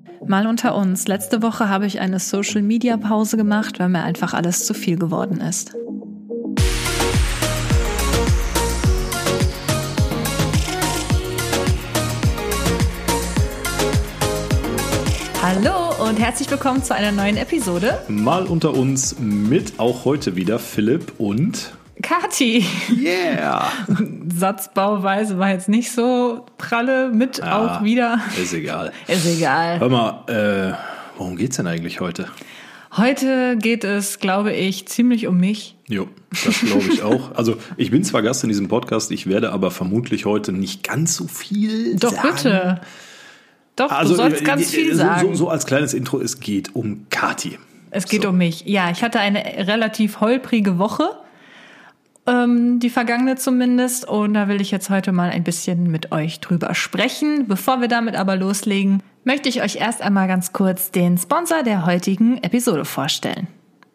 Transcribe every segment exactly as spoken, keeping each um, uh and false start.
Mal unter uns. Letzte Woche habe ich eine Social-Media-Pause gemacht, weil mir einfach alles zu viel geworden ist. Hallo und herzlich willkommen zu einer neuen Episode. Mal unter uns mit auch heute wieder Philipp und Kathi. Yeah. Satzbauweise war jetzt nicht so pralle, mit ja, auch wieder. Ist egal. Ist egal. Hör mal, äh, worum geht's denn eigentlich heute? Heute geht es, glaube ich, ziemlich um mich. Jo, das glaube ich auch. Also ich bin zwar Gast in diesem Podcast, ich werde aber vermutlich heute nicht ganz so viel Doch, sagen. bitte. Doch, also, du sollst ganz viel so, sagen. So, so als kleines Intro, es geht um Kathi. Es geht so. um mich. Ja, ich hatte eine relativ holprige Woche. Ähm, die vergangene zumindest. Und da will ich jetzt heute mal ein bisschen mit euch drüber sprechen. Bevor wir damit aber loslegen, möchte ich euch erst einmal ganz kurz den Sponsor der heutigen Episode vorstellen.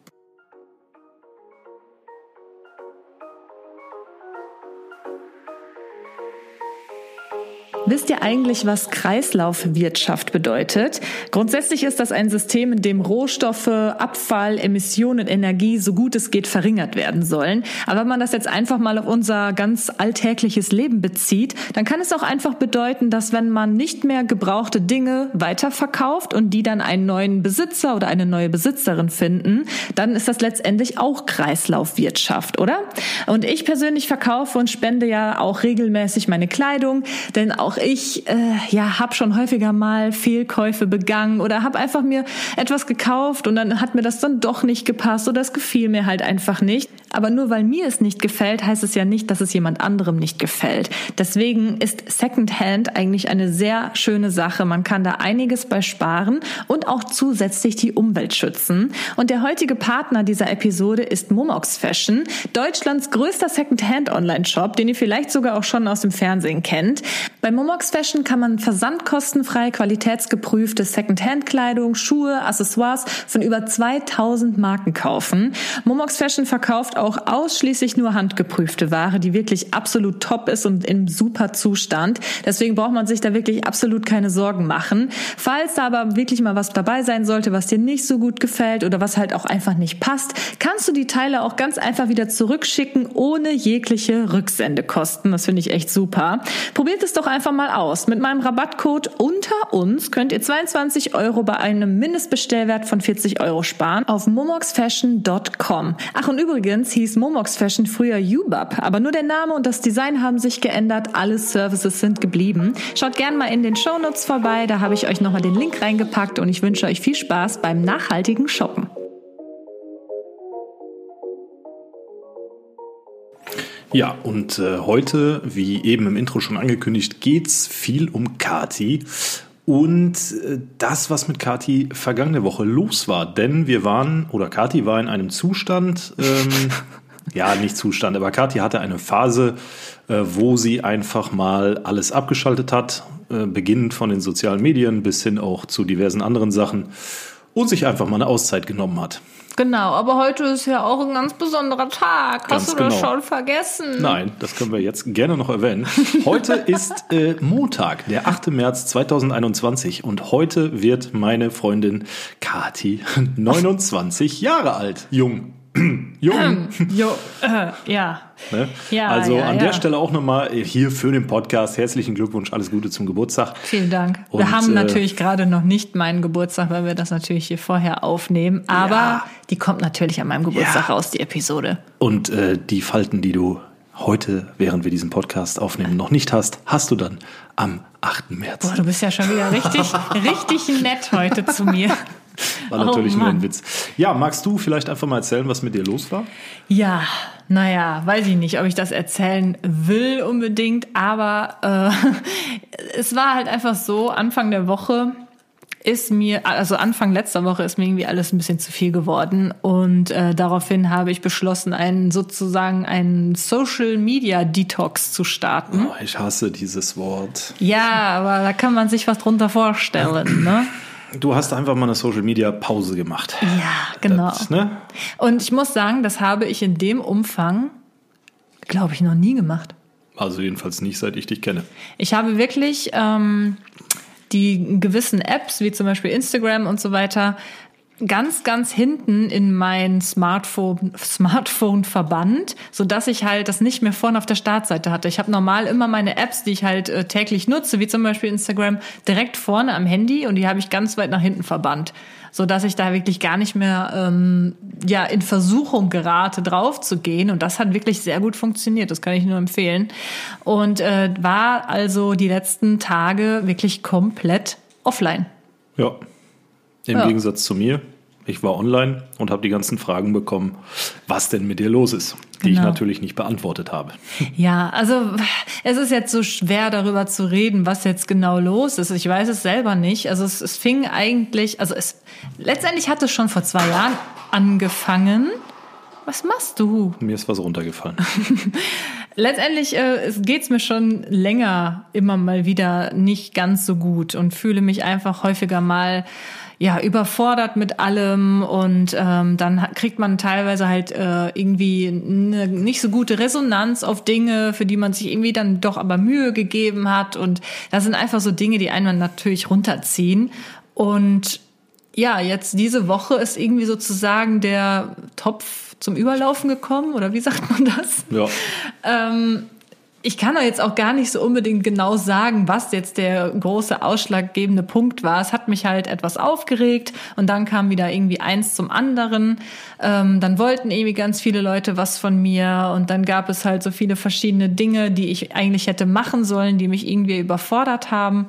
Wisst ihr eigentlich, was Kreislaufwirtschaft bedeutet? Grundsätzlich ist das ein System, in dem Rohstoffe, Abfall, Emissionen und Energie so gut es geht verringert werden sollen. Aber wenn man das jetzt einfach mal auf unser ganz alltägliches Leben bezieht, dann kann es auch einfach bedeuten, dass wenn man nicht mehr gebrauchte Dinge weiterverkauft und die dann einen neuen Besitzer oder eine neue Besitzerin finden, dann ist das letztendlich auch Kreislaufwirtschaft, oder? Und ich persönlich verkaufe und spende ja auch regelmäßig meine Kleidung, denn auch ich äh, ja, habe schon häufiger mal Fehlkäufe begangen oder habe einfach mir etwas gekauft und dann hat mir das dann doch nicht gepasst oder es gefiel mir halt einfach nicht. Aber nur weil mir es nicht gefällt, heißt es ja nicht, dass es jemand anderem nicht gefällt. Deswegen ist Secondhand eigentlich eine sehr schöne Sache. Man kann da einiges bei sparen und auch zusätzlich die Umwelt schützen. Und der heutige Partner dieser Episode ist Momox Fashion, Deutschlands größter Secondhand-Online-Shop, den ihr vielleicht sogar auch schon aus dem Fernsehen kennt. Bei Momox Fashion kann man versandkostenfrei qualitätsgeprüfte Secondhand-Kleidung, Schuhe, Accessoires von über zweitausend Marken kaufen. Momox Fashion verkauft auch ausschließlich nur handgeprüfte Ware, die wirklich absolut top ist und im super Zustand. Deswegen braucht man sich da wirklich absolut keine Sorgen machen. Falls da aber wirklich mal was dabei sein sollte, was dir nicht so gut gefällt oder was halt auch einfach nicht passt, kannst du die Teile auch ganz einfach wieder zurückschicken, ohne jegliche Rücksendekosten. Das finde ich echt super. Probiert es doch einfach mal aus. Mit meinem Rabattcode unter uns könnt ihr zweiundzwanzig Euro bei einem Mindestbestellwert von vierzig Euro sparen auf momox fashion punkt com. Ach, und übrigens hieß Momox Fashion früher Yubab, aber nur der Name und das Design haben sich geändert. Alle Services sind geblieben. Schaut gerne mal in den Shownotes vorbei, da habe ich euch nochmal den Link reingepackt und ich wünsche euch viel Spaß beim nachhaltigen Shoppen. Ja, und äh, heute, wie eben im Intro schon angekündigt, geht's viel um Kathi und äh, das, was mit Kathi vergangene Woche los war. Denn wir waren, oder Kathi war in einem Zustand, ähm, ja, nicht Zustand, aber Kathi hatte eine Phase, äh, wo sie einfach mal alles abgeschaltet hat, äh, beginnend von den sozialen Medien bis hin auch zu diversen anderen Sachen und sich einfach mal eine Auszeit genommen hat. Genau, aber heute ist ja auch ein ganz besonderer Tag. Ganz Hast du genau. das schon vergessen? Nein, das können wir jetzt gerne noch erwähnen. Heute ist äh, Montag, der achte März zweitausendeinundzwanzig und heute wird meine Freundin Kathi neunundzwanzig Jahre alt. Jung. Jung. Ähm, jo, äh, ja. Ne? Ja. Also ja, an ja. der Stelle auch nochmal hier für den Podcast herzlichen Glückwunsch, alles Gute zum Geburtstag. Vielen Dank. Und, wir haben äh, natürlich gerade noch nicht meinen Geburtstag, weil wir das natürlich hier vorher aufnehmen. Aber ja. die kommt natürlich an meinem Geburtstag Ja. raus, die Episode. Und äh, die Falten, die du heute, während wir diesen Podcast aufnehmen, noch nicht hast, hast du dann am achten März. Boah, du bist ja schon wieder richtig, richtig nett heute zu mir. War natürlich oh, nur ein Mann. Witz. Ja, magst du vielleicht einfach mal erzählen, was mit dir los war? Ja, naja, weiß ich nicht, ob ich das erzählen will unbedingt, aber äh, es war halt einfach so, Anfang der Woche ist mir, also Anfang letzter Woche ist mir irgendwie alles ein bisschen zu viel geworden und äh, daraufhin habe ich beschlossen, einen sozusagen einen Social Media Detox zu starten. Oh, ich hasse dieses Wort. Ja, aber da kann man sich was drunter vorstellen, ne? Du hast einfach mal eine Social-Media-Pause gemacht. Ja, genau. Das, ne? Und ich muss sagen, das habe ich in dem Umfang, glaube ich, noch nie gemacht. Also jedenfalls nicht, seit ich dich kenne. Ich habe wirklich ähm, die gewissen Apps, wie zum Beispiel Instagram und so weiter, ganz, ganz hinten in mein Smartphone, Smartphone verbannt, so dass ich halt das nicht mehr vorne auf der Startseite hatte. Ich habe normal immer meine Apps, die ich halt äh, täglich nutze, wie zum Beispiel Instagram, direkt vorne am Handy und die habe ich ganz weit nach hinten verbannt, so dass ich da wirklich gar nicht mehr ähm, ja in Versuchung gerate, drauf zu gehen. Und das hat wirklich sehr gut funktioniert. Das kann ich nur empfehlen. Und äh, war also die letzten Tage wirklich komplett offline. Ja. Im ja. Gegensatz zu mir, ich war online und habe die ganzen Fragen bekommen, was denn mit dir los ist, die genau. ich natürlich nicht beantwortet habe. Ja, also es ist jetzt so schwer darüber zu reden, was jetzt genau los ist. Ich weiß es selber nicht. Also es, es fing eigentlich, also es letztendlich hat es schon vor zwei Jahren angefangen. Was machst du? Mir ist was runtergefallen. Letztendlich äh, geht es mir schon länger immer mal wieder nicht ganz so gut und fühle mich einfach häufiger mal ja überfordert mit allem und ähm, dann kriegt man teilweise halt äh, irgendwie eine nicht so gute Resonanz auf Dinge, für die man sich irgendwie dann doch aber Mühe gegeben hat und das sind einfach so Dinge, die einen natürlich runterziehen und ja, jetzt diese Woche ist irgendwie sozusagen der Topf zum Überlaufen gekommen oder wie sagt man das? Ja. Ähm, Ich kann doch jetzt auch gar nicht so unbedingt genau sagen, was jetzt der große ausschlaggebende Punkt war. Es hat mich halt etwas aufgeregt und dann kam wieder irgendwie eins zum anderen. Ähm, dann wollten irgendwie ganz viele Leute was von mir und dann gab es halt so viele verschiedene Dinge, die ich eigentlich hätte machen sollen, die mich irgendwie überfordert haben.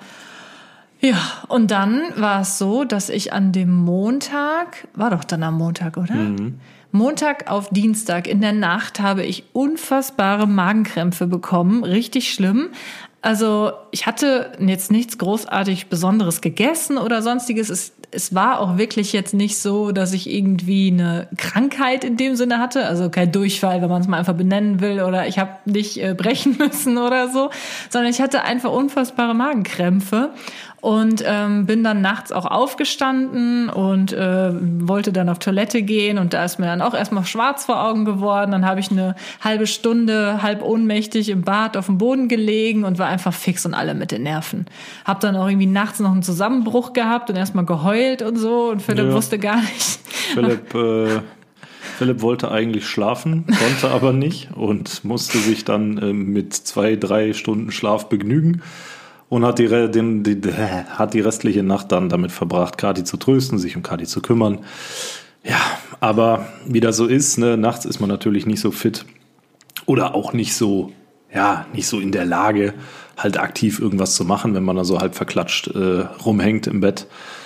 Ja, und dann war es so, dass ich an dem Montag, war doch dann am Montag, oder? Mhm. Montag auf Dienstag in der Nacht habe ich unfassbare Magenkrämpfe bekommen, richtig schlimm. Also ich hatte jetzt nichts großartig Besonderes gegessen oder sonstiges. Es, es war auch wirklich jetzt nicht so, dass ich irgendwie eine Krankheit in dem Sinne hatte. Also kein Durchfall, wenn man es mal einfach benennen will. Oder ich habe nicht äh, brechen müssen oder so. Sondern ich hatte einfach unfassbare Magenkrämpfe. Und ähm, bin dann nachts auch aufgestanden und äh, wollte dann auf Toilette gehen. Und da ist mir dann auch erstmal schwarz vor Augen geworden. Dann habe ich eine halbe Stunde halb ohnmächtig im Bad auf dem Boden gelegen und war einfach fix und alle mit den Nerven. Hab dann auch irgendwie nachts noch einen Zusammenbruch gehabt und erstmal geheult und so. Und Philipp ja. wusste gar nicht. Philipp, äh, Philipp wollte eigentlich schlafen, konnte aber nicht und musste sich dann äh, mit zwei, drei Stunden Schlaf begnügen. Und hat die, den, die, hat die restliche Nacht dann damit verbracht, Kathi zu trösten, sich um Kathi zu kümmern. Ja, aber wie das so ist, ne, nachts ist man natürlich nicht so fit oder auch nicht so, ja, nicht so in der Lage, halt aktiv irgendwas zu machen, wenn man da so halb verklatscht äh, rumhängt im Bett.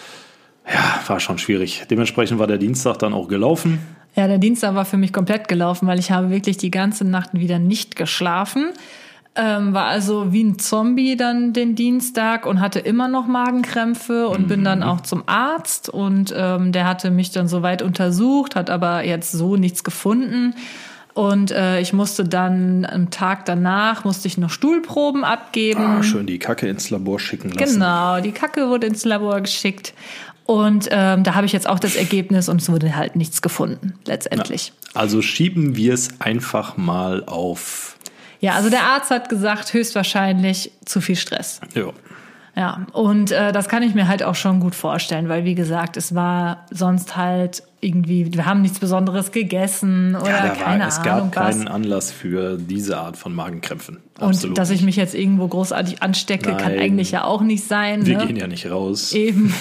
Ja, war schon schwierig. Dementsprechend war der Dienstag dann auch gelaufen. Ja, der Dienstag war für mich komplett gelaufen, weil ich habe wirklich die ganze Nacht wieder nicht geschlafen. Ähm, war also wie ein Zombie dann den Dienstag und hatte immer noch Magenkrämpfe und mhm. bin dann auch zum Arzt und ähm, der hatte mich dann soweit untersucht, hat aber jetzt so nichts gefunden und äh, ich musste dann am Tag danach musste ich noch Stuhlproben abgeben. Ah, schön die Kacke ins Labor schicken lassen. Genau, die Kacke wurde ins Labor geschickt und ähm, da habe ich jetzt auch das Ergebnis und es wurde halt nichts gefunden letztendlich. Ja, also schieben wir es einfach mal auf. Ja, also der Arzt hat gesagt, höchstwahrscheinlich zu viel Stress. Ja. Ja, und äh, das kann ich mir halt auch schon gut vorstellen, weil wie gesagt, es war sonst halt irgendwie, wir haben nichts Besonderes gegessen oder ja, da keine war, es Ahnung gab keinen was. Anlass für diese Art von Magenkrämpfen. Absolut und dass ich mich jetzt irgendwo großartig anstecke, Nein. kann eigentlich ja auch nicht sein. Wir ne? gehen ja nicht raus. Eben.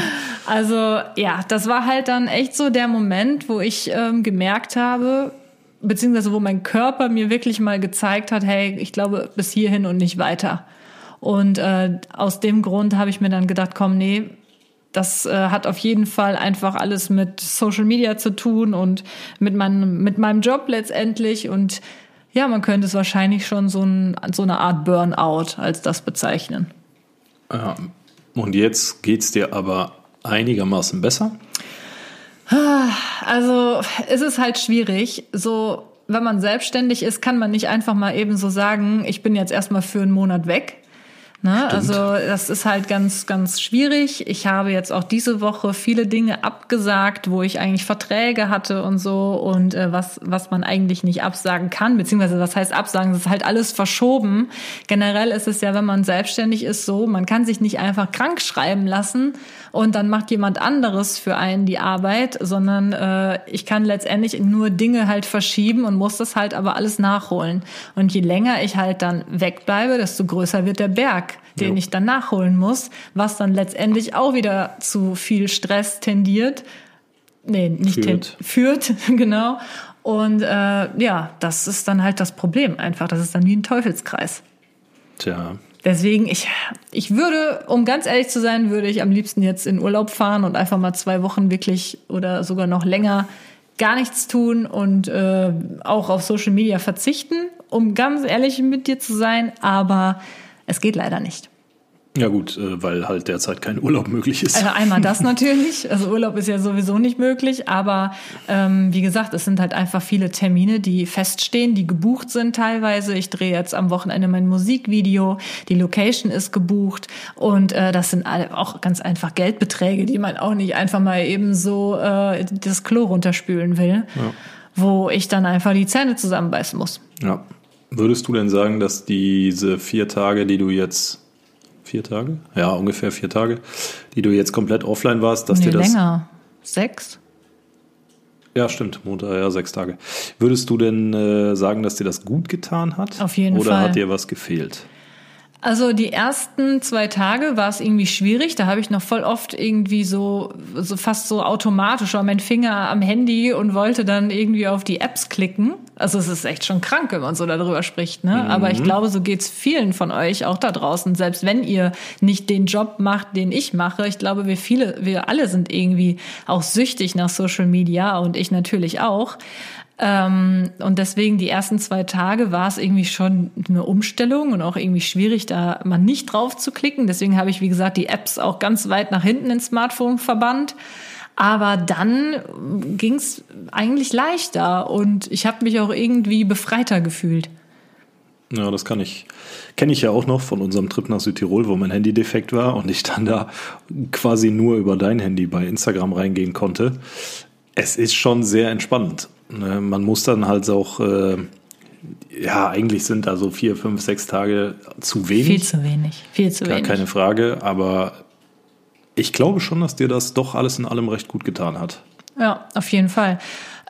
Also ja, das war halt dann echt so der Moment, wo ich ähm, gemerkt habe, beziehungsweise wo mein Körper mir wirklich mal gezeigt hat, hey, ich glaube bis hierhin und nicht weiter. Und äh, aus dem Grund habe ich mir dann gedacht, komm, nee, das äh, hat auf jeden Fall einfach alles mit Social Media zu tun und mit meinem, mit meinem Job letztendlich. Und ja, man könnte es wahrscheinlich schon so, ein, so eine Art Burnout als das bezeichnen. Ja. Und jetzt geht's dir aber einigermaßen besser? Also es ist halt schwierig. So, wenn man selbstständig ist, kann man nicht einfach mal eben so sagen, ich bin jetzt erstmal für einen Monat weg. Ne? Also das ist halt ganz, ganz schwierig. Ich habe jetzt auch diese Woche viele Dinge abgesagt, wo ich eigentlich Verträge hatte und so und äh, was, was man eigentlich nicht absagen kann, beziehungsweise was heißt absagen, das ist halt alles verschoben. Generell ist es ja, wenn man selbstständig ist, so, man kann sich nicht einfach krank schreiben lassen und dann macht jemand anderes für einen die Arbeit, sondern äh, ich kann letztendlich nur Dinge halt verschieben und muss das halt aber alles nachholen. Und je länger ich halt dann wegbleibe, desto größer wird der Berg, den jo. ich dann nachholen muss, was dann letztendlich auch wieder zu viel Stress tendiert. Nee, nicht führt, ten, führt genau. Und äh, ja, das ist dann halt das Problem einfach. Das ist dann wie ein Teufelskreis. Tja. Deswegen, ich, ich würde, um ganz ehrlich zu sein, würde ich am liebsten jetzt in Urlaub fahren und einfach mal zwei Wochen wirklich oder sogar noch länger gar nichts tun und äh, auch auf Social Media verzichten, um ganz ehrlich mit dir zu sein. Aber es geht leider nicht. Ja gut, weil halt derzeit kein Urlaub möglich ist. Also einmal das natürlich, also Urlaub ist ja sowieso nicht möglich, aber ähm, wie gesagt, es sind halt einfach viele Termine, die feststehen, die gebucht sind teilweise. Ich drehe jetzt am Wochenende mein Musikvideo, die Location ist gebucht und äh, das sind alle auch ganz einfach Geldbeträge, die man auch nicht einfach mal eben so äh, das Klo runterspülen will, ja. wo ich dann einfach die Zähne zusammenbeißen muss. Ja. Würdest du denn sagen, dass diese vier Tage, die du jetzt Vier Tage? Ja, ungefähr vier Tage, die du jetzt komplett offline warst, dass nee, dir das... länger. Sechs? Ja, stimmt. Montag, ja, sechs Tage. Würdest du denn äh, sagen, dass dir das gut getan hat? Auf jeden Oder Fall. Oder hat dir was gefehlt? Also die ersten zwei Tage war es irgendwie schwierig. Da habe ich noch voll oft irgendwie so, so fast so automatisch war mein Finger am Handy und wollte dann irgendwie auf die Apps klicken. Also es ist echt schon krank, wenn man so darüber spricht, ne? Mhm. Aber ich glaube, so geht's vielen von euch auch da draußen. Selbst wenn ihr nicht den Job macht, den ich mache. Ich glaube, wir viele, wir alle sind irgendwie auch süchtig nach Social Media und ich natürlich auch. Ähm, und deswegen die ersten zwei Tage war es irgendwie schon eine Umstellung und auch irgendwie schwierig, da mal nicht drauf zu klicken. Deswegen habe ich, wie gesagt, die Apps auch ganz weit nach hinten ins Smartphone verbannt. Aber dann ging es eigentlich leichter und ich habe mich auch irgendwie befreiter gefühlt. Ja, das kann ich, kenne ich ja auch noch von unserem Trip nach Südtirol, wo mein Handy defekt war und ich dann da quasi nur über dein Handy bei Instagram reingehen konnte. Es ist schon sehr entspannend. Man muss dann halt auch, äh, ja, eigentlich sind da so vier, fünf, sechs Tage zu wenig. Viel zu wenig, viel zu Gar wenig. Keine Frage, aber ich glaube schon, dass dir das doch alles in allem recht gut getan hat. Ja, auf jeden Fall.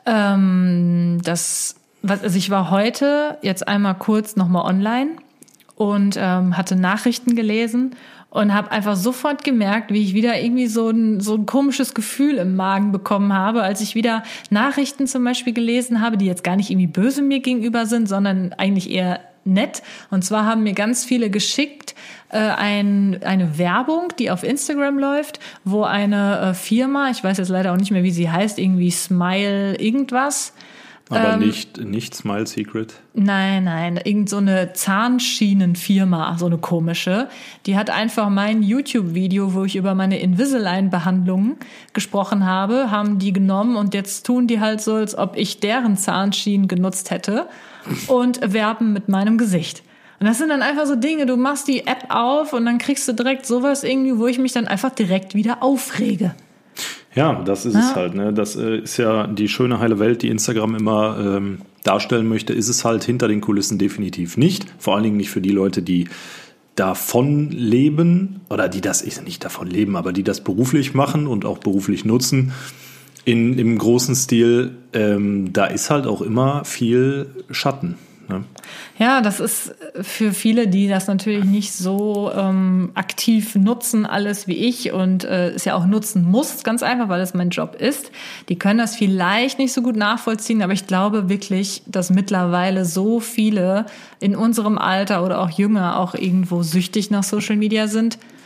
Ähm, das, was, also ich war heute jetzt einmal kurz nochmal online und ähm, hatte Nachrichten gelesen und habe einfach sofort gemerkt, wie ich wieder irgendwie so ein, so ein komisches Gefühl im Magen bekommen habe, als ich wieder Nachrichten zum Beispiel gelesen habe, die jetzt gar nicht irgendwie böse mir gegenüber sind, sondern eigentlich eher nett. Und zwar haben mir ganz viele geschickt äh, ein, eine Werbung, die auf Instagram läuft, wo eine äh, Firma, ich weiß jetzt leider auch nicht mehr, wie sie heißt, irgendwie Smile irgendwas, Aber ähm, nicht, nicht Smile Secret? Nein, nein, irgend so eine Zahnschienenfirma, so eine komische. Die hat einfach mein YouTube-Video, wo ich über meine Invisalign-Behandlungen gesprochen habe, haben die genommen und jetzt tun die halt so, als ob ich deren Zahnschienen genutzt hätte und werben mit meinem Gesicht. Und das sind dann einfach so Dinge, du machst die App auf und dann kriegst du direkt sowas irgendwie, wo ich mich dann einfach direkt wieder aufrege. Ja, das ist ja. es halt. Ne? Das äh, ist ja die schöne heile Welt, die Instagram immer ähm, darstellen möchte, ist es halt hinter den Kulissen definitiv nicht. Vor allen Dingen nicht für die Leute, die davon leben oder die das, ich nicht davon leben, aber die das beruflich machen und auch beruflich nutzen. In, im großen Stil, ähm, da ist halt auch immer viel Schatten. Ne? Ja, das ist für viele, die das natürlich nicht so ähm, aktiv nutzen, alles wie ich und äh, es ja auch nutzen muss, ganz einfach, weil es mein Job ist. Die können das vielleicht nicht so gut nachvollziehen, aber ich glaube wirklich, dass mittlerweile so viele in unserem Alter oder auch jünger auch irgendwo süchtig nach Social Media sind.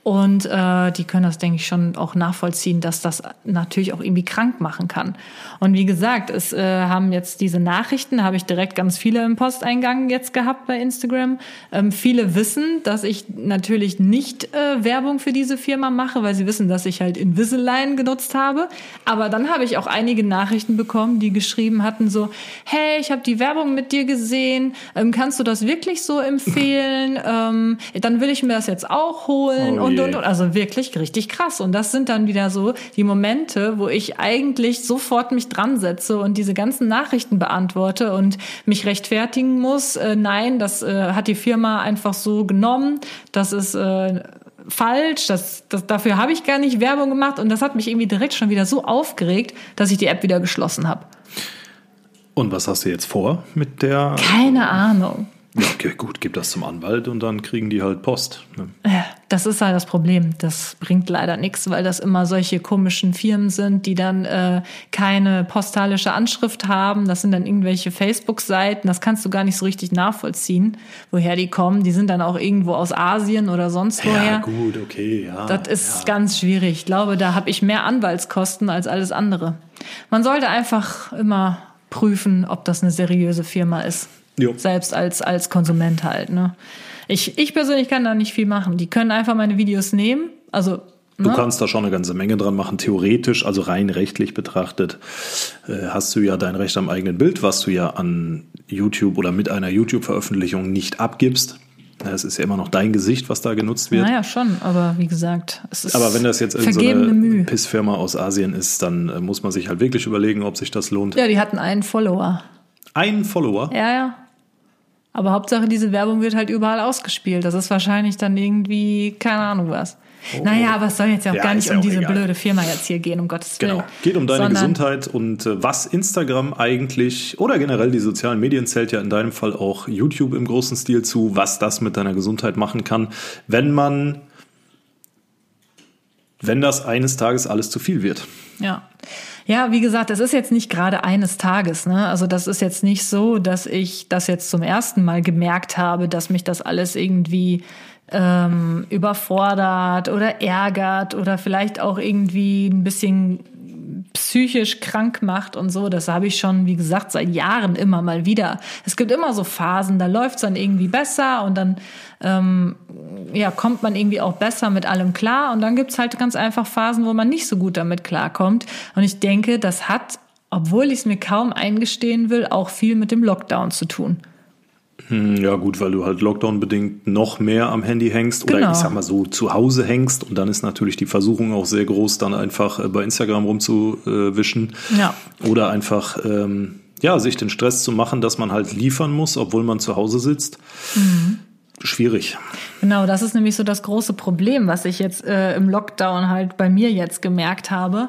Und äh, die können das, denke ich, schon auch nachvollziehen, dass das natürlich auch irgendwie krank machen kann. Und wie gesagt, es äh, haben jetzt diese Nachrichten, habe ich direkt ganz viele im Posteingang jetzt gehabt bei Instagram. Ähm, viele wissen, dass ich natürlich nicht äh, Werbung für diese Firma mache, weil sie wissen, dass ich halt Invisalign genutzt habe. Aber dann habe ich auch einige Nachrichten bekommen, die geschrieben hatten so, hey, ich habe die Werbung mit dir gesehen, ähm, kannst du das wirklich so empfehlen? ähm, dann will ich mir das jetzt auch holen. Oh und, und, und. Also wirklich richtig krass. Und das sind dann wieder so die Momente, wo ich eigentlich sofort mich dran setze und diese ganzen Nachrichten beantworte und mich rechtfertigen muss. Äh, nein, das äh, hat die Firma einfach so genommen. Das ist äh, falsch. Das, das, dafür habe ich gar nicht Werbung gemacht. Und das hat mich irgendwie direkt schon wieder so aufgeregt, dass ich die App wieder geschlossen habe. Und was hast du jetzt vor mit der? Keine Ahnung. Ja, okay, gut, gib das zum Anwalt und dann kriegen die halt Post. Ne? Das ist halt das Problem. Das bringt leider nichts, weil das immer solche komischen Firmen sind, die dann äh, keine postalische Anschrift haben. Das sind dann irgendwelche Facebook-Seiten. Das kannst du gar nicht so richtig nachvollziehen, woher die kommen. Die sind dann auch irgendwo aus Asien oder sonst woher. Ja, gut, okay, ja. Das ist ja. ganz schwierig. Ich glaube, da habe ich mehr Anwaltskosten als alles andere. Man sollte einfach immer prüfen, ob das eine seriöse Firma ist. Jo. Selbst als, als Konsument halt, ne? Ich, ich persönlich kann da nicht viel machen. Die können einfach meine Videos nehmen. Also, Du ne? kannst da schon eine ganze Menge dran machen. Theoretisch, also rein rechtlich betrachtet, äh, hast du ja dein Recht am eigenen Bild, was du ja an YouTube oder mit einer YouTube-Veröffentlichung nicht abgibst. Es ist ja immer noch dein Gesicht, was da genutzt wird. Naja, schon, aber wie gesagt, es ist Aber wenn das jetzt irgend so vergebene eine Mühe. Pissfirma aus Asien ist, dann äh, muss man sich halt wirklich überlegen, ob sich das lohnt. Ja, die hatten einen Follower. Einen Follower? Ja, ja. Aber Hauptsache, diese Werbung wird halt überall ausgespielt. Das ist wahrscheinlich dann irgendwie, keine Ahnung was. Oh. Naja, aber es soll jetzt ja auch Ja, gar nicht ist ja um auch diese egal. blöde Firma jetzt hier gehen, um Gottes Willen. Genau. Geht um deine Sondern, Gesundheit und äh, was Instagram eigentlich oder generell die sozialen Medien zählt ja in deinem Fall auch YouTube im großen Stil zu, was das mit deiner Gesundheit machen kann, wenn man, wenn das eines Tages alles zu viel wird. Ja. Ja, wie gesagt, es ist jetzt nicht gerade eines Tages, ne? Also das ist jetzt nicht so, dass ich das jetzt zum ersten Mal gemerkt habe, dass mich das alles irgendwie ähm, überfordert oder ärgert oder vielleicht auch irgendwie ein bisschen psychisch krank macht und so. Das habe ich schon, wie gesagt, seit Jahren immer mal wieder. Es gibt immer so Phasen, da läuft es dann irgendwie besser und dann ähm, ja, kommt man irgendwie auch besser mit allem klar. Und dann gibt es halt ganz einfach Phasen, wo man nicht so gut damit klarkommt. Und ich denke, das hat, obwohl ich es mir kaum eingestehen will, auch viel mit dem Lockdown zu tun. Ja gut, weil du halt Lockdown-bedingt noch mehr am Handy hängst oder Genau. ich sag mal so zu Hause hängst und dann ist natürlich die Versuchung auch sehr groß, dann einfach äh, bei Instagram rumzuwischen Ja. oder einfach ähm, ja, sich den Stress zu machen, dass man halt liefern muss, obwohl man zu Hause sitzt. Mhm. Schwierig. Genau, das ist nämlich so das große Problem, was ich jetzt äh, im Lockdown halt bei mir jetzt gemerkt habe.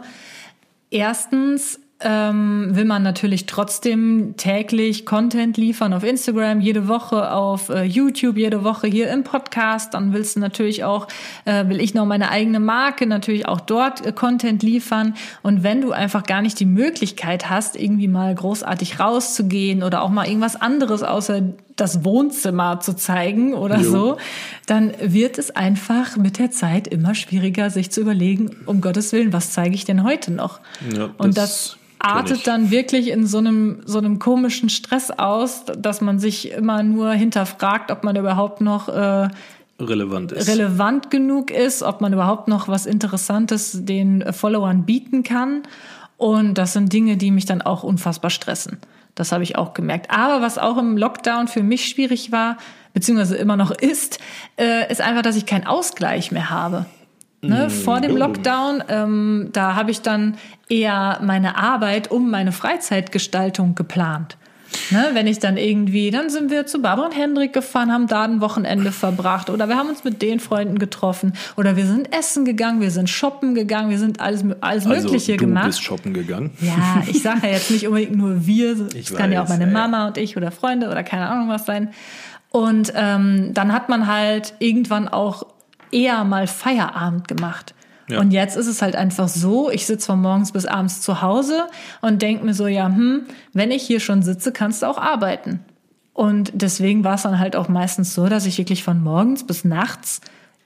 Erstens ähm, will man natürlich trotzdem täglich Content liefern auf Instagram, jede Woche auf äh, YouTube, jede Woche hier im Podcast. Dann willst du natürlich auch, äh, will ich noch meine eigene Marke natürlich auch dort äh, Content liefern. Und wenn du einfach gar nicht die Möglichkeit hast, irgendwie mal großartig rauszugehen oder auch mal irgendwas anderes außer das Wohnzimmer zu zeigen oder Jo. so, dann wird es einfach mit der Zeit immer schwieriger, sich zu überlegen, um Gottes Willen, was zeige ich denn heute noch? Ja, Und das das kenn artet ich. dann wirklich in so einem, so einem komischen Stress aus, dass man sich immer nur hinterfragt, ob man überhaupt noch äh, relevant ist. relevant genug ist, ob man überhaupt noch was Interessantes den äh, Followern bieten kann. Und das sind Dinge, die mich dann auch unfassbar stressen. Das habe ich auch gemerkt. Aber was auch im Lockdown für mich schwierig war, beziehungsweise immer noch ist, äh, ist einfach, dass ich keinen Ausgleich mehr habe. Ne? Mm, Vor dem Lockdown, ähm, da habe ich dann eher meine Arbeit um meine Freizeitgestaltung geplant. Ne, wenn ich dann irgendwie, dann sind wir zu Barbara und Hendrik gefahren, haben da ein Wochenende verbracht oder wir haben uns mit den Freunden getroffen oder wir sind essen gegangen, wir sind shoppen gegangen, wir sind alles, alles also, Mögliche du gemacht. bist shoppen gegangen? Ja, ich sage ja jetzt nicht unbedingt nur wir, es kann ja auch weiß, meine ey. Mama und ich oder Freunde oder keine Ahnung was sein. Und ähm, dann hat man halt irgendwann auch eher mal Feierabend gemacht. Ja. Und jetzt ist es halt einfach so, ich sitze von morgens bis abends zu Hause und denke mir so, ja, hm, wenn ich hier schon sitze, kannst du auch arbeiten. Und deswegen war es dann halt auch meistens so, dass ich wirklich von morgens bis nachts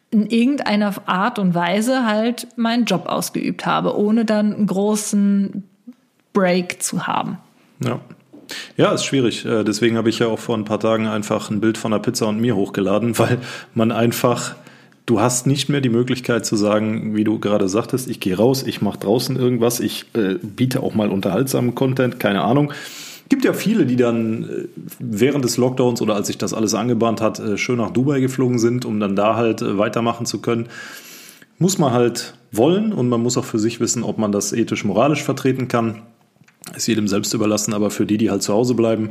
in irgendeiner Art und Weise halt meinen Job ausgeübt habe, ohne dann einen großen Break zu haben. Ja. Ja, ist schwierig. Deswegen habe ich ja auch vor ein paar Tagen einfach ein Bild von einer Pizza und mir hochgeladen, weil man einfach, du hast nicht mehr die Möglichkeit zu sagen, wie du gerade sagtest, ich gehe raus, ich mache draußen irgendwas, ich äh, biete auch mal unterhaltsamen Content, keine Ahnung. Gibt ja viele, die dann während des Lockdowns oder als sich das alles angebahnt hat, schön nach Dubai geflogen sind, um dann da halt weitermachen zu können. Muss man halt wollen und man muss auch für sich wissen, ob man das ethisch-moralisch vertreten kann. Ist jedem selbst überlassen, aber für die, die halt zu Hause bleiben,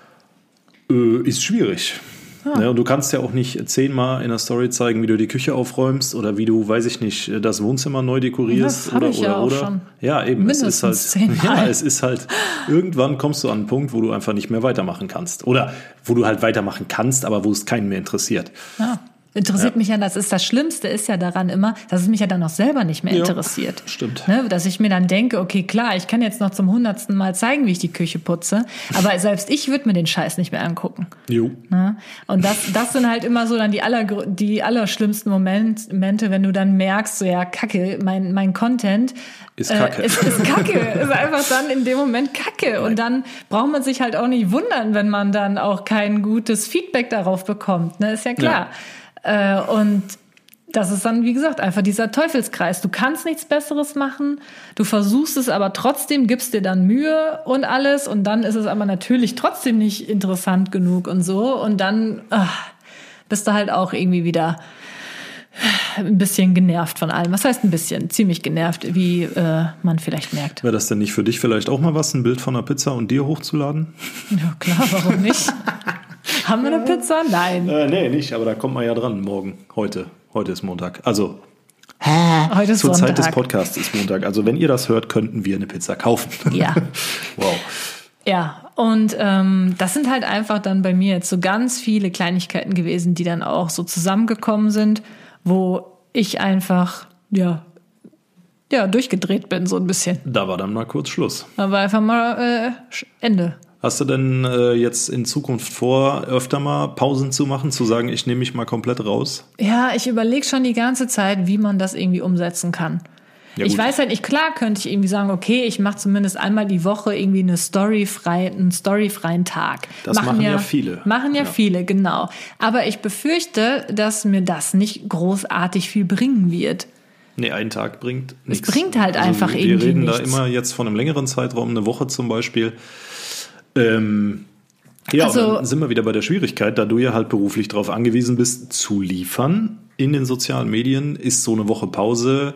ist schwierig. Ah. Ja, und du kannst ja auch nicht zehnmal in der Story zeigen, wie du die Küche aufräumst oder wie du, weiß ich nicht, das Wohnzimmer neu dekorierst. Das habe ich oder, ja auch oder. schon. Ja, eben. Mindestens es ist halt, zehnmal. ja, es ist halt, irgendwann kommst du an einen Punkt, wo du einfach nicht mehr weitermachen kannst. Oder wo du halt weitermachen kannst, aber wo es keinen mehr interessiert. Ja. Interessiert ja. mich ja, das ist das Schlimmste, ist ja daran immer, dass es mich ja dann auch selber nicht mehr ja, interessiert. Stimmt. Ne, dass ich mir dann denke, okay, klar, ich kann jetzt noch zum hundertsten Mal zeigen, wie ich die Küche putze, aber selbst ich würde mir den Scheiß nicht mehr angucken. Jo. Ne? Und das, das sind halt immer so dann die, aller, die allerschlimmsten Momente, wenn du dann merkst, so ja, Kacke, mein, mein Content ist Kacke. Äh, ist, ist Kacke, ist einfach dann in dem Moment Kacke. Nein. Und dann braucht man sich halt auch nicht wundern, wenn man dann auch kein gutes Feedback darauf bekommt. Ne? Ist ja klar. Ja. Und das ist dann, wie gesagt, einfach dieser Teufelskreis. Du kannst nichts Besseres machen, du versuchst es aber trotzdem, gibst dir dann Mühe und alles und dann ist es aber natürlich trotzdem nicht interessant genug und so und dann ach, bist du halt auch irgendwie wieder ein bisschen genervt von allem. Was heißt ein bisschen? Ziemlich genervt, wie äh, man vielleicht merkt. Wäre das denn nicht für dich vielleicht auch mal was, ein Bild von einer Pizza und dir hochzuladen? Ja klar, warum nicht? Haben wir eine Pizza? Nein. Äh, nee, nicht, aber da kommt man ja dran morgen, heute. Heute ist Montag. Also, heute ist zur Sonntag. Zeit des Podcasts ist Montag. Also, wenn ihr das hört, könnten wir eine Pizza kaufen. Ja. Wow. Ja, und ähm, das sind halt einfach dann bei mir jetzt so ganz viele Kleinigkeiten gewesen, die dann auch so zusammengekommen sind, wo ich einfach, ja, ja, durchgedreht bin, so ein bisschen. Da war dann mal kurz Schluss. Da war einfach mal äh, Ende. Hast du denn äh, jetzt in Zukunft vor, öfter mal Pausen zu machen, zu sagen, ich nehme mich mal komplett raus? Ja, ich überlege schon die ganze Zeit, wie man das irgendwie umsetzen kann. Ja, ich weiß halt nicht, klar könnte ich irgendwie sagen, okay, ich mache zumindest einmal die Woche irgendwie eine storyfrei, einen storyfreien Tag. Das machen, machen ja, ja viele. Machen ja, ja viele, genau. Aber ich befürchte, dass mir das nicht großartig viel bringen wird. Nee, ein Tag bringt nichts. Es bringt halt also einfach wir irgendwie reden nichts. Da immer jetzt von einem längeren Zeitraum, eine Woche zum Beispiel. Ähm, ja, also, dann sind wir wieder bei der Schwierigkeit, da du ja halt beruflich darauf angewiesen bist, zu liefern in den sozialen Medien, ist so eine Woche Pause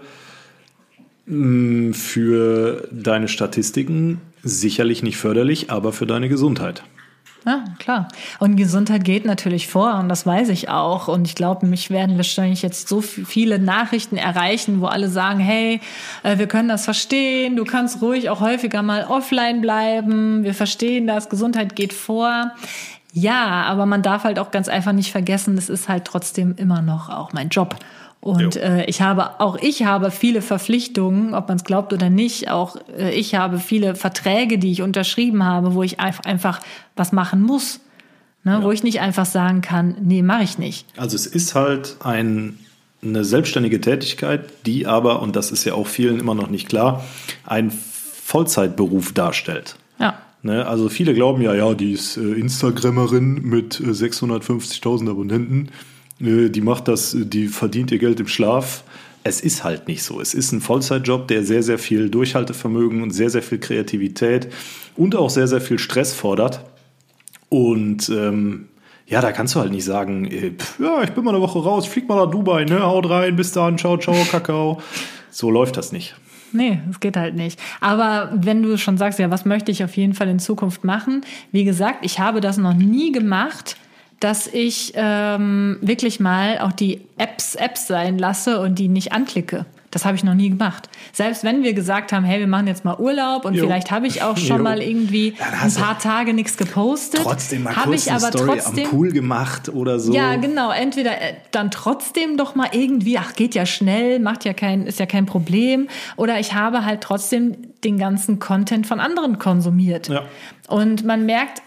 mh, für deine Statistiken sicherlich nicht förderlich, aber für deine Gesundheit. Ja, klar. Und Gesundheit geht natürlich vor und das weiß ich auch. Und ich glaube, mich werden wahrscheinlich jetzt so viele Nachrichten erreichen, wo alle sagen, hey, wir können das verstehen, du kannst ruhig auch häufiger mal offline bleiben, wir verstehen das, Gesundheit geht vor. Ja, aber man darf halt auch ganz einfach nicht vergessen, das ist halt trotzdem immer noch auch mein Job. Und äh, ich habe, auch ich habe viele Verpflichtungen, ob man es glaubt oder nicht. Auch äh, ich habe viele Verträge, die ich unterschrieben habe, wo ich einfach was machen muss. Ne? Ja. Wo ich nicht einfach sagen kann, nee, mache ich nicht. Also es ist halt ein, eine selbstständige Tätigkeit, die aber, und das ist ja auch vielen immer noch nicht klar, einen Vollzeitberuf darstellt. Ja. Ne? Also viele glauben ja, ja, die ist äh, Instagrammerin mit äh, sechshundertfünfzigtausend Abonnenten. Die macht das, die verdient ihr Geld im Schlaf. Es ist halt nicht so. Es ist ein Vollzeitjob, der sehr, sehr viel Durchhaltevermögen und sehr, sehr viel Kreativität und auch sehr, sehr viel Stress fordert. Und ähm, ja, da kannst du halt nicht sagen, äh, pf, ja, ich bin mal eine Woche raus, flieg mal nach Dubai, ne, haut rein, bis dann, ciao, ciao, Kakao. So läuft das nicht. Nee, das geht halt nicht. Aber wenn du schon sagst, ja, was möchte ich auf jeden Fall in Zukunft machen? Wie gesagt, ich habe das noch nie gemacht, dass ich ähm, wirklich mal auch die Apps Apps sein lasse und die nicht anklicke. Das habe ich noch nie gemacht. Selbst wenn wir gesagt haben, hey, wir machen jetzt mal Urlaub und jo. vielleicht habe ich auch schon jo. mal irgendwie ja, ein paar Tage nichts gepostet. Trotzdem mal hab kurz ich eine aber Story trotzdem, am Pool gemacht oder so. Ja, genau. Entweder dann trotzdem doch mal irgendwie, ach, geht ja schnell, macht ja kein, ist ja kein Problem. Oder ich habe halt trotzdem den ganzen Content von anderen konsumiert. Ja. Und man merkt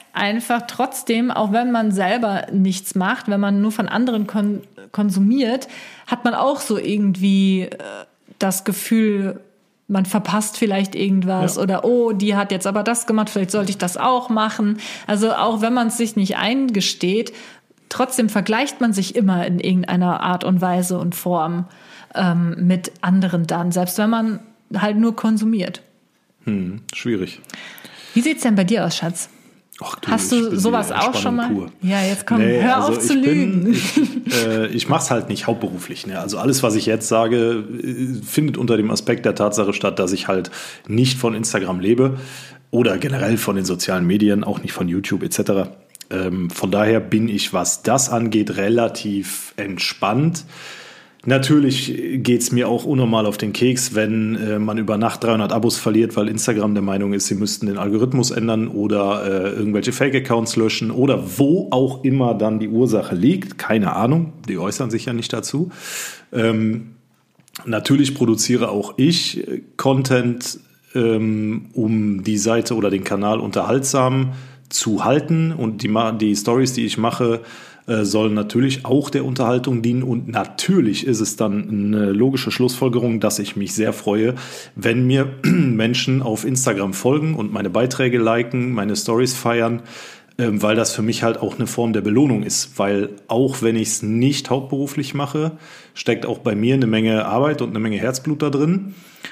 einfach trotzdem, auch wenn man selber nichts macht, wenn man nur von anderen kon- konsumiert, hat man auch so irgendwie äh, das Gefühl, man verpasst vielleicht irgendwas ja. oder oh, die hat jetzt aber das gemacht, vielleicht sollte ich das auch machen. Also auch wenn man es sich nicht eingesteht, trotzdem vergleicht man sich immer in irgendeiner Art und Weise und Form ähm, mit anderen dann, selbst wenn man halt nur konsumiert. Hm, schwierig. Wie sieht's denn bei dir aus, Schatz? Ach, du, Hast du sowas auch schon mal? Pur. Ja, jetzt komm, nee, hör also auf zu ich lügen. Bin, ich äh, ich mache es halt nicht hauptberuflich. Ne? Also alles, was ich jetzt sage, findet unter dem Aspekt der Tatsache statt, dass ich halt nicht von Instagram lebe oder generell von den sozialen Medien, auch nicht von YouTube et cetera. Ähm, von daher bin ich, was das angeht, relativ entspannt. Natürlich geht's mir auch unnormal auf den Keks, wenn äh, man über Nacht dreihundert Abos verliert, weil Instagram der Meinung ist, sie müssten den Algorithmus ändern oder äh, irgendwelche Fake-Accounts löschen oder wo auch immer dann die Ursache liegt. Keine Ahnung, die äußern sich ja nicht dazu. Ähm, natürlich produziere auch ich Content, ähm, um die Seite oder den Kanal unterhaltsam zu halten und die, die Stories, die ich mache, sollen natürlich auch der Unterhaltung dienen und natürlich ist es dann eine logische Schlussfolgerung, dass ich mich sehr freue, wenn mir Menschen auf Instagram folgen und meine Beiträge liken, meine Stories feiern, weil das für mich halt auch eine Form der Belohnung ist, weil auch wenn ich es nicht hauptberuflich mache, steckt auch bei mir eine Menge Arbeit und eine Menge Herzblut da drin.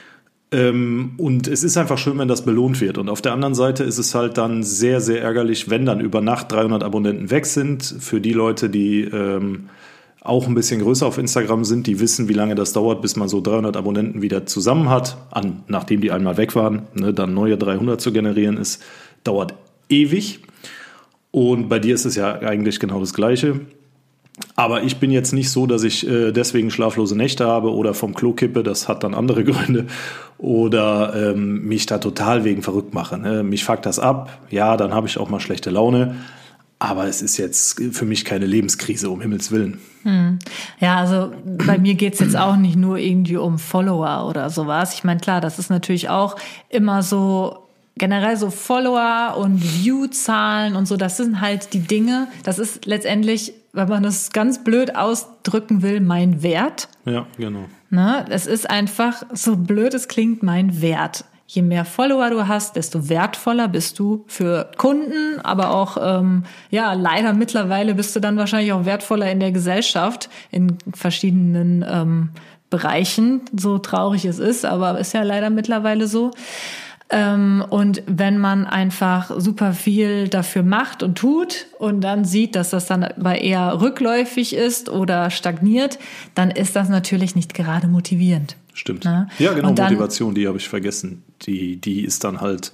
Und es ist einfach schön, wenn das belohnt wird. Und auf der anderen Seite ist es halt dann sehr, sehr ärgerlich, wenn dann über Nacht dreihundert Abonnenten weg sind. Für die Leute, die ähm, auch ein bisschen größer auf Instagram sind, die wissen, wie lange das dauert, bis man so dreihundert Abonnenten wieder zusammen hat. An, nachdem die einmal weg waren, ne, dann neue dreihundert zu generieren, ist, dauert ewig. Und bei dir ist es ja eigentlich genau das Gleiche. Aber ich bin jetzt nicht so, dass ich äh, deswegen schlaflose Nächte habe oder vom Klo kippe, das hat dann andere Gründe, oder ähm, mich da total wegen verrückt mache. Ne? Mich fuckt das ab, ja, dann habe ich auch mal schlechte Laune, aber es ist jetzt für mich keine Lebenskrise, um Himmels Willen. Hm. Ja, also bei mir geht's jetzt auch nicht nur irgendwie um Follower oder sowas. Ich meine, klar, das ist natürlich auch immer so, generell so Follower und View-Zahlen und so, das sind halt die Dinge, das ist letztendlich, wenn man das ganz blöd ausdrücken will, mein Wert. Ja, genau. Ne? Es ist einfach, so blöd es klingt, mein Wert. Je mehr Follower du hast, desto wertvoller bist du für Kunden, aber auch, ähm, ja, leider mittlerweile bist du dann wahrscheinlich auch wertvoller in der Gesellschaft, in verschiedenen ähm, Bereichen, so traurig es ist, aber ist ja leider mittlerweile so. Ähm, und wenn man einfach super viel dafür macht und tut und dann sieht, dass das dann aber eher rückläufig ist oder stagniert, dann ist das natürlich nicht gerade motivierend. Stimmt. Na? Ja, genau, und dann, Motivation, die habe ich vergessen. Die, die ist dann halt,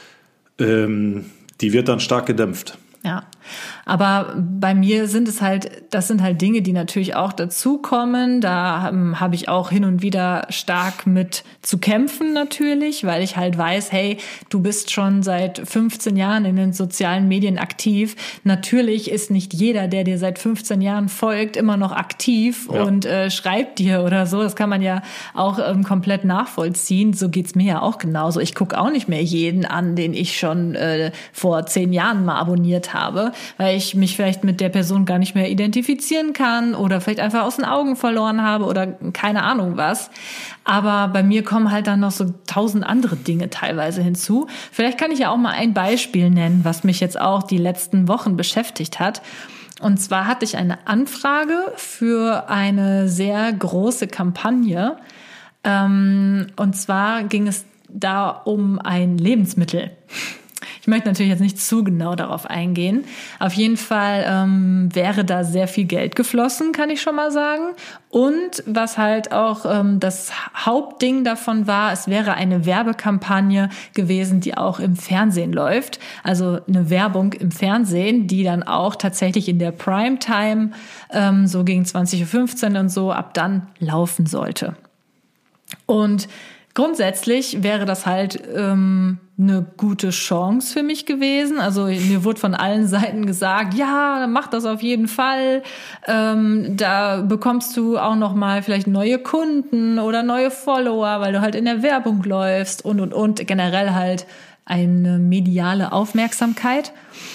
ähm, die wird dann stark gedämpft. Ja, aber bei mir sind es halt, das sind halt Dinge, die natürlich auch dazukommen. Da ähm, habe ich auch hin und wieder stark mit zu kämpfen natürlich, weil ich halt weiß, hey, du bist schon seit fünfzehn Jahren in den sozialen Medien aktiv. Natürlich ist nicht jeder, der dir seit fünfzehn Jahren folgt, immer noch aktiv ja. und äh, schreibt dir oder so. Das kann man ja auch ähm, komplett nachvollziehen. So geht's mir ja auch genauso. Ich gucke auch nicht mehr jeden an, den ich schon äh, vor zehn Jahren mal abonniert habe, weil ich mich vielleicht mit der Person gar nicht mehr identifizieren kann oder vielleicht einfach aus den Augen verloren habe oder keine Ahnung was. Aber bei mir kommen halt dann noch so tausend andere Dinge teilweise hinzu. Vielleicht kann ich ja auch mal ein Beispiel nennen, was mich jetzt auch die letzten Wochen beschäftigt hat. Und zwar hatte ich eine Anfrage für eine sehr große Kampagne. Und zwar ging es da um ein Lebensmittel. Ich möchte natürlich jetzt nicht zu genau darauf eingehen. Auf jeden Fall ähm, wäre da sehr viel Geld geflossen, kann ich schon mal sagen. Und was halt auch ähm, das Hauptding davon war, es wäre eine Werbekampagne gewesen, die auch im Fernsehen läuft. Also eine Werbung im Fernsehen, die dann auch tatsächlich in der Primetime, ähm, so gegen zwanzig Uhr fünfzehn und so, ab dann laufen sollte. Und grundsätzlich wäre das halt ähm, eine gute Chance für mich gewesen. Also mir wurde von allen Seiten gesagt, ja, mach das auf jeden Fall. Ähm, da bekommst du auch noch mal vielleicht neue Kunden oder neue Follower, weil du halt in der Werbung läufst und, und, und. Generell halt eine mediale Aufmerksamkeit.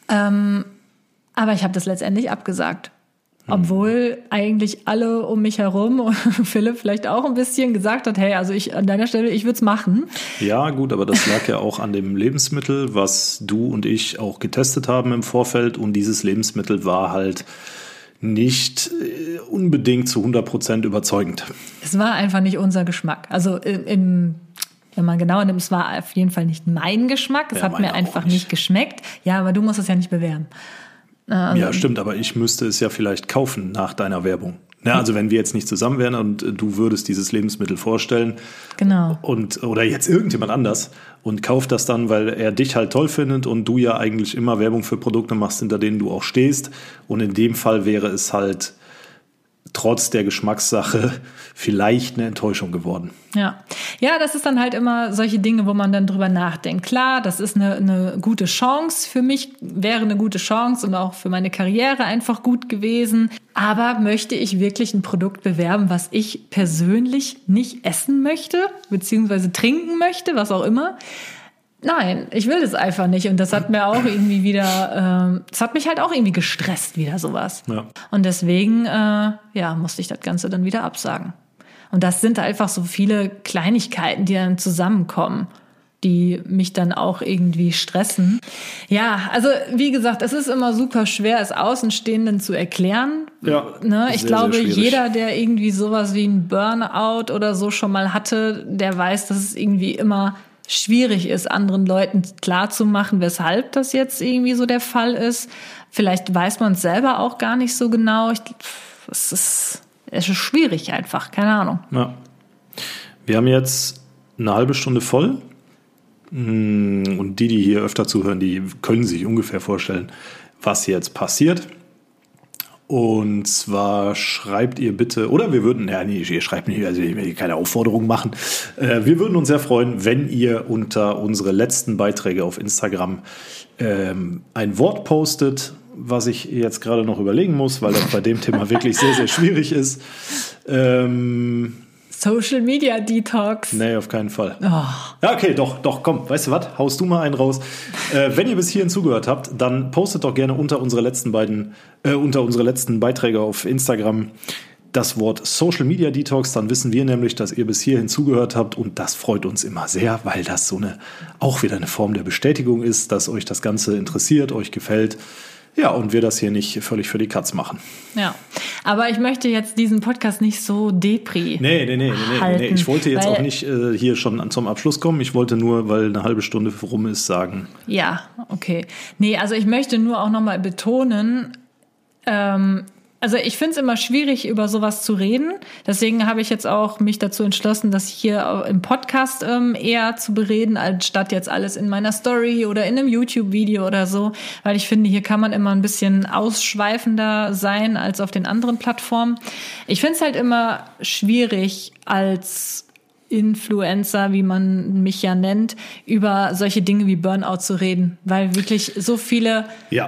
Ähm, aber ich habe das letztendlich abgesagt. Obwohl eigentlich alle um mich herum und Philipp vielleicht auch ein bisschen gesagt hat, hey, also ich an deiner Stelle, ich würde es machen. Ja, gut, aber das lag ja auch an dem Lebensmittel, was du und ich auch getestet haben im Vorfeld. Und dieses Lebensmittel war halt nicht unbedingt zu hundert Prozent überzeugend. Es war einfach nicht unser Geschmack. Also im, im wenn man genauer nimmt, es war auf jeden Fall nicht mein Geschmack. Es Ja, hat mir meiner einfach auch nicht. nicht geschmeckt. Ja, aber du musst es ja nicht bewerben. Also, Ja, stimmt, aber ich müsste es ja vielleicht kaufen nach deiner Werbung. Ja, also wenn wir jetzt nicht zusammen wären und du würdest dieses Lebensmittel vorstellen Genau. und oder jetzt irgendjemand anders und kauft das dann, weil er dich halt toll findet und du ja eigentlich immer Werbung für Produkte machst, hinter denen du auch stehst. Und in dem Fall wäre es halt trotz der Geschmackssache vielleicht eine Enttäuschung geworden. Ja. Ja, das ist dann halt immer solche Dinge, wo man dann drüber nachdenkt. Klar, das ist eine, eine gute Chance für mich, wäre eine gute Chance und auch für meine Karriere einfach gut gewesen. Aber möchte ich wirklich ein Produkt bewerben, was ich persönlich nicht essen möchte, beziehungsweise trinken möchte, was auch immer? Nein, ich will das einfach nicht. Und das hat mir auch irgendwie wieder, ähm, das hat mich halt auch irgendwie gestresst, wieder sowas. Ja. Und deswegen, äh, ja, musste ich das Ganze dann wieder absagen. Und das sind einfach so viele Kleinigkeiten, die dann zusammenkommen, die mich dann auch irgendwie stressen. Ja, also wie gesagt, es ist immer super schwer, es Außenstehenden zu erklären. Ja, ne? Ich sehr, glaube, sehr schwierig. jeder, der irgendwie sowas wie ein Burnout oder so schon mal hatte, der weiß, dass es irgendwie immer schwierig ist, anderen Leuten klarzumachen, weshalb das jetzt irgendwie so der Fall ist. Vielleicht weiß man es selber auch gar nicht so genau. Ich, es ist, es ist schwierig einfach, keine Ahnung. Ja. Wir haben jetzt eine halbe Stunde voll. Und die, die hier öfter zuhören, die können sich ungefähr vorstellen, was jetzt passiert. Und zwar schreibt ihr bitte, oder wir würden, ja, nee, ihr schreibt nicht, also ich will keine Aufforderung machen. Äh, wir würden uns sehr freuen, wenn ihr unter unsere letzten Beiträge auf Instagram ähm, ein Wort postet, was ich jetzt gerade noch überlegen muss, weil das bei dem Thema wirklich sehr, sehr schwierig ist. Ähm, Social Media Detox. Nee, auf keinen Fall. Oh. Ja, okay, doch, doch, komm, weißt du was? Haust du mal einen raus. Äh, wenn ihr bis hierhin zugehört habt, dann postet doch gerne unter unsere letzten beiden, äh, unter unsere letzten Beiträge auf Instagram das Wort Social Media Detox. Dann wissen wir nämlich, dass ihr bis hierhin zugehört habt und das freut uns immer sehr, weil das so eine, auch wieder eine Form der Bestätigung ist, dass euch das Ganze interessiert, euch gefällt. Ja, und wir das hier nicht völlig für die Katz machen. Ja, aber ich möchte jetzt diesen Podcast nicht so depri Nee, nee, nee, nee, halten, nee. Ich wollte jetzt weil, auch nicht äh, hier schon zum Abschluss kommen. Ich wollte nur, weil eine halbe Stunde rum ist, sagen. Ja, okay. Nee, also ich möchte nur auch nochmal betonen, ähm, also ich finde es immer schwierig, über sowas zu reden. Deswegen habe ich jetzt auch mich dazu entschlossen, das hier im Podcast ähm, eher zu bereden, anstatt jetzt alles in meiner Story oder in einem YouTube-Video oder so. Weil ich finde, hier kann man immer ein bisschen ausschweifender sein als auf den anderen Plattformen. Ich finde es halt immer schwierig als Influencer, wie man mich ja nennt, über solche Dinge wie Burnout zu reden, weil wirklich so viele Ja,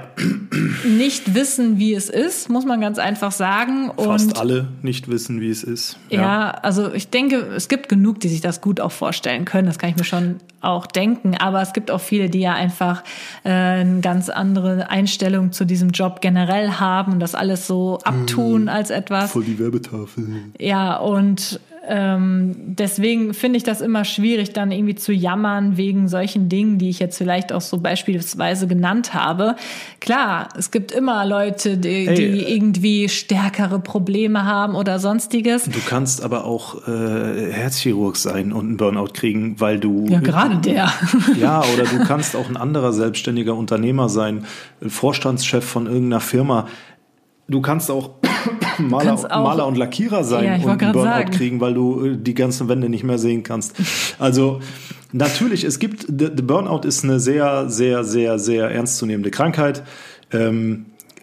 nicht wissen, wie es ist, muss man ganz einfach sagen. fast Und alle nicht wissen, wie es ist. ja, also ich denke, es gibt genug, die sich das gut auch vorstellen können, das kann ich mir schon auch denken, aber es gibt auch viele, die ja einfach äh, eine ganz andere Einstellung zu diesem Job generell haben und das alles so abtun als etwas. Voll die Werbetafel. Ja, und ähm, deswegen finde ich das immer schwierig, dann irgendwie zu jammern wegen solchen Dingen, die ich jetzt vielleicht auch so beispielsweise genannt habe. Klar, es gibt immer Leute, die, Hey, die irgendwie stärkere Probleme haben oder sonstiges. Du kannst aber auch äh, Herzchirurg sein und einen Burnout kriegen, weil du... Ja, gerade der. Ja, oder du kannst auch ein anderer selbstständiger Unternehmer sein, Vorstandschef von irgendeiner Firma. Du kannst auch Maler, kannst auch- Maler und Lackierer sein Ja, ich und einen wollte Burnout gerade sagen. kriegen, weil du äh, die ganzen Wände nicht mehr sehen kannst. Also natürlich, es gibt, der Burnout ist eine sehr, sehr, sehr, sehr ernstzunehmende Krankheit. Ähm,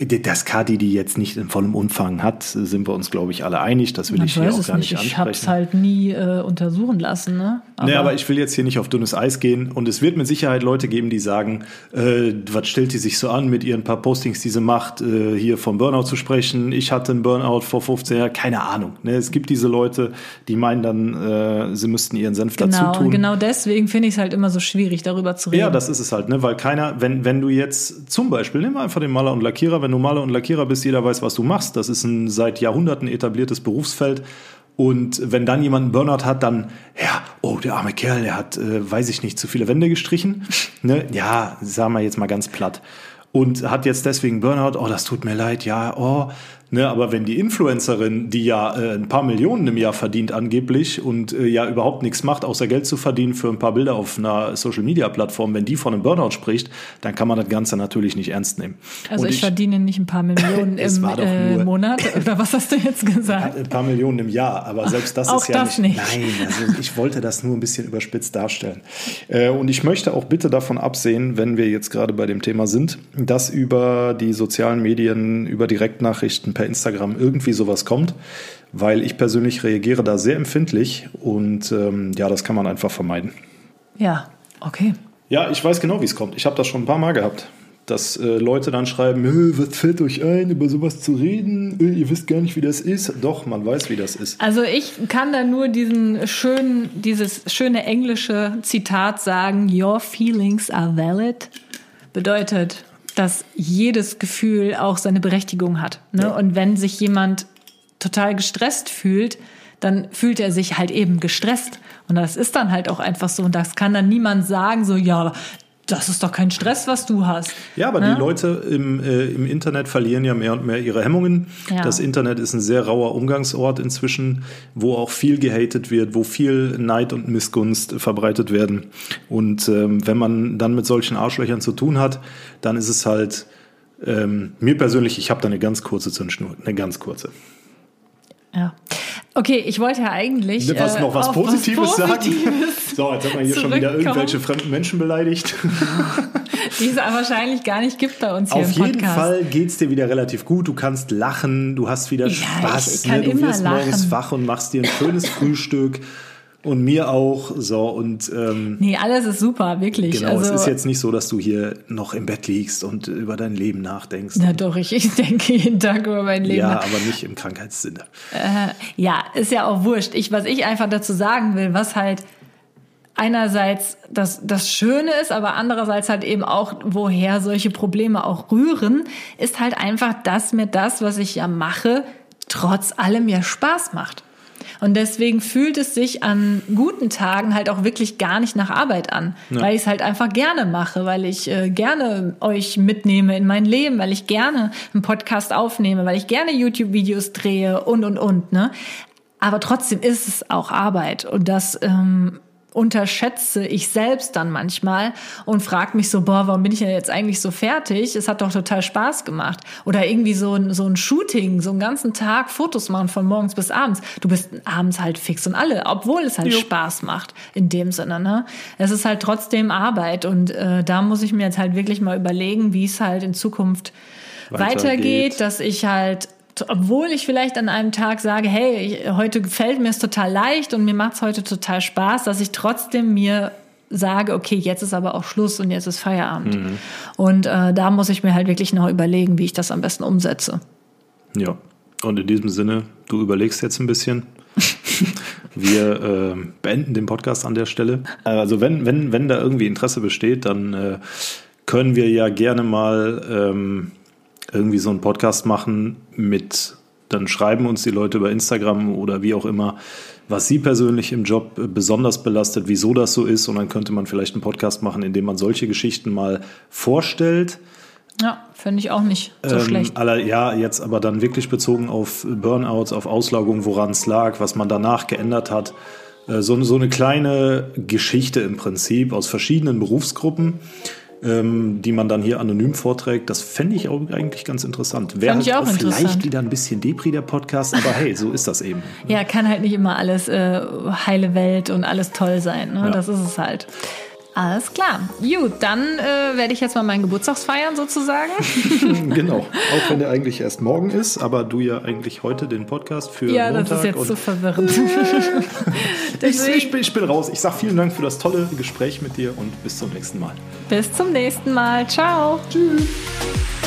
dass Kathi die jetzt nicht in vollem Umfang hat, sind wir uns, glaube ich, alle einig. Das will Man ich hier auch gar nicht, nicht ansprechen. Ich habe es halt nie äh, untersuchen lassen. Ne? Aber, nee, aber ich will jetzt hier nicht auf dünnes Eis gehen. Und es wird mit Sicherheit Leute geben, die sagen, äh, was stellt die sich so an mit ihren paar Postings, die sie macht, äh, hier vom Burnout zu sprechen. Ich hatte einen Burnout vor fünfzehn Jahren, keine Ahnung. Ne? Es gibt diese Leute, die meinen dann, äh, sie müssten ihren Senf genau, dazu tun. Und genau deswegen finde ich es halt immer so schwierig, darüber zu reden. Ja, das ist es halt, ne? Weil keiner, wenn, wenn du jetzt zum Beispiel, nimm einfach den Maler und Lackierer, wenn du Maler und Lackierer bist, jeder weiß, was du machst. Das ist ein seit Jahrhunderten etabliertes Berufsfeld. Und wenn dann jemand einen Burnout hat, dann, ja, oh, der arme Kerl, der hat, äh, weiß ich nicht, zu viele Wände gestrichen. Ne? Ja, sagen wir jetzt mal ganz platt. Und hat jetzt deswegen Burnout, oh, das tut mir leid, ja, oh. Ne, aber wenn die Influencerin, die ja äh, ein paar Millionen im Jahr verdient angeblich und äh, ja überhaupt nichts macht, außer Geld zu verdienen für ein paar Bilder auf einer Social-Media-Plattform, wenn die von einem Burnout spricht, dann kann man das Ganze natürlich nicht ernst nehmen. Also ich, ich verdiene nicht ein paar Millionen im äh, Monat, oder was hast du jetzt gesagt? Ein paar Millionen im Jahr, aber selbst das Auch ist ja das nicht... nicht. Nein, also ich wollte das nur ein bisschen überspitzt darstellen. Äh, und ich möchte auch bitte davon absehen, wenn wir jetzt gerade bei dem Thema sind, dass über die sozialen Medien, über Direktnachrichten per Instagram irgendwie wie sowas kommt, weil ich persönlich reagiere da sehr empfindlich und ähm, ja, das kann man einfach vermeiden. Ja, okay. Ja, ich weiß genau, wie es kommt. Ich habe das schon ein paar Mal gehabt, dass äh, Leute dann schreiben, was fällt euch ein, über sowas zu reden? Ihr wisst gar nicht, wie das ist. Doch, man weiß, wie das ist. Also ich kann da nur diesen schönen, dieses schöne englische Zitat sagen, your feelings are valid, bedeutet, dass jedes Gefühl auch seine Berechtigung hat. Ne? Ja. Und wenn sich jemand total gestresst fühlt, dann fühlt er sich halt eben gestresst. Und das ist dann halt auch einfach so. Und das kann dann niemand sagen, so, ja, das ist doch kein Stress, was du hast. Ja, aber ne? Die Leute im, äh, im Internet verlieren ja mehr und mehr ihre Hemmungen. Ja. Das Internet ist ein sehr rauer Umgangsort inzwischen, wo auch viel gehatet wird, wo viel Neid und Missgunst verbreitet werden. Und ähm, wenn man dann mit solchen Arschlöchern zu tun hat, dann ist es halt, ähm, mir persönlich, ich habe da eine ganz kurze Zündschnur, eine ganz kurze. Ja. Okay, ich wollte ja eigentlich was, noch was, äh, Positives, was Positives sagen. So, jetzt haben wir hier schon wieder irgendwelche fremden Menschen beleidigt. Die es wahrscheinlich gar nicht gibt bei uns hier Auf im Podcast. Auf jeden Fall geht's dir wieder relativ gut. Du kannst lachen, du hast wieder ja, Spaß. Ich, ich kann ne? Du immer wirst lachen. morgens wach und machst dir ein schönes Frühstück. Und mir auch, so, und, ähm, nee, alles ist super, wirklich. Genau, also, es ist jetzt nicht so, dass du hier noch im Bett liegst und über dein Leben nachdenkst. Na doch, ich, ich denke jeden Tag über mein Leben ja, nach. Ja, aber nicht im Krankheitssinne. Äh, ja, ist ja auch wurscht. Ich, was ich einfach dazu sagen will, was halt einerseits das, das Schöne ist, aber andererseits halt eben auch, woher solche Probleme auch rühren, ist halt einfach, dass mir das, was ich ja mache, trotz allem ja Spaß macht. Und deswegen fühlt es sich an guten Tagen halt auch wirklich gar nicht nach Arbeit an, ja. Weil ich es halt einfach gerne mache, weil ich äh, gerne euch mitnehme in mein Leben, weil ich gerne einen Podcast aufnehme, weil ich gerne YouTube-Videos drehe und, und, und. Ne? Aber trotzdem ist es auch Arbeit und das ähm, unterschätze ich selbst dann manchmal und frage mich so, boah, warum bin ich denn jetzt eigentlich so fertig? Es hat doch total Spaß gemacht. Oder irgendwie so ein, so ein Shooting, so einen ganzen Tag Fotos machen von morgens bis abends. Du bist abends halt fix und alle, obwohl es halt jo. Spaß macht in dem Sinne. Ne? Es ist halt trotzdem Arbeit und äh, da muss ich mir jetzt halt wirklich mal überlegen, wie es halt in Zukunft weitergeht, weitergeht dass ich halt obwohl ich vielleicht an einem Tag sage, hey, ich, heute gefällt mir es total leicht und mir macht es heute total Spaß, dass ich trotzdem mir sage, okay, jetzt ist aber auch Schluss und jetzt ist Feierabend. Mhm. Und äh, da muss ich mir halt wirklich noch überlegen, wie ich das am besten umsetze. Ja, und in diesem Sinne, du überlegst jetzt ein bisschen. Wir äh, beenden den Podcast an der Stelle. Also wenn, wenn, wenn da irgendwie Interesse besteht, dann äh, können wir ja gerne mal ähm, irgendwie so einen Podcast machen mit, dann schreiben uns die Leute über Instagram oder wie auch immer, was sie persönlich im Job besonders belastet, wieso das so ist und dann könnte man vielleicht einen Podcast machen, in dem man solche Geschichten mal vorstellt. Ja, finde ich auch nicht so ähm, schlecht. Aller, ja, jetzt aber dann wirklich bezogen auf Burnouts, auf Auslaugungen, woran es lag, was man danach geändert hat. Äh, so, so eine kleine Geschichte im Prinzip aus verschiedenen Berufsgruppen, die man dann hier anonym vorträgt, das fände ich auch eigentlich ganz interessant. Wäre halt auch, auch vielleicht wieder ein bisschen Depri, der Podcast, aber hey, so ist das eben. Ja, kann halt nicht immer alles äh, heile Welt und alles toll sein. Ne? Ja. Das ist es halt. Alles klar. Gut, dann äh, werde ich jetzt mal meinen Geburtstag feiern sozusagen. Genau, auch wenn der eigentlich erst morgen ist, aber du ja eigentlich heute den Podcast für ja, Montag. Ja, das ist jetzt so verwirrend. ich, ich, bin, ich bin raus. Ich sage vielen Dank für das tolle Gespräch mit dir und bis zum nächsten Mal. Bis zum nächsten Mal. Ciao. Tschüss.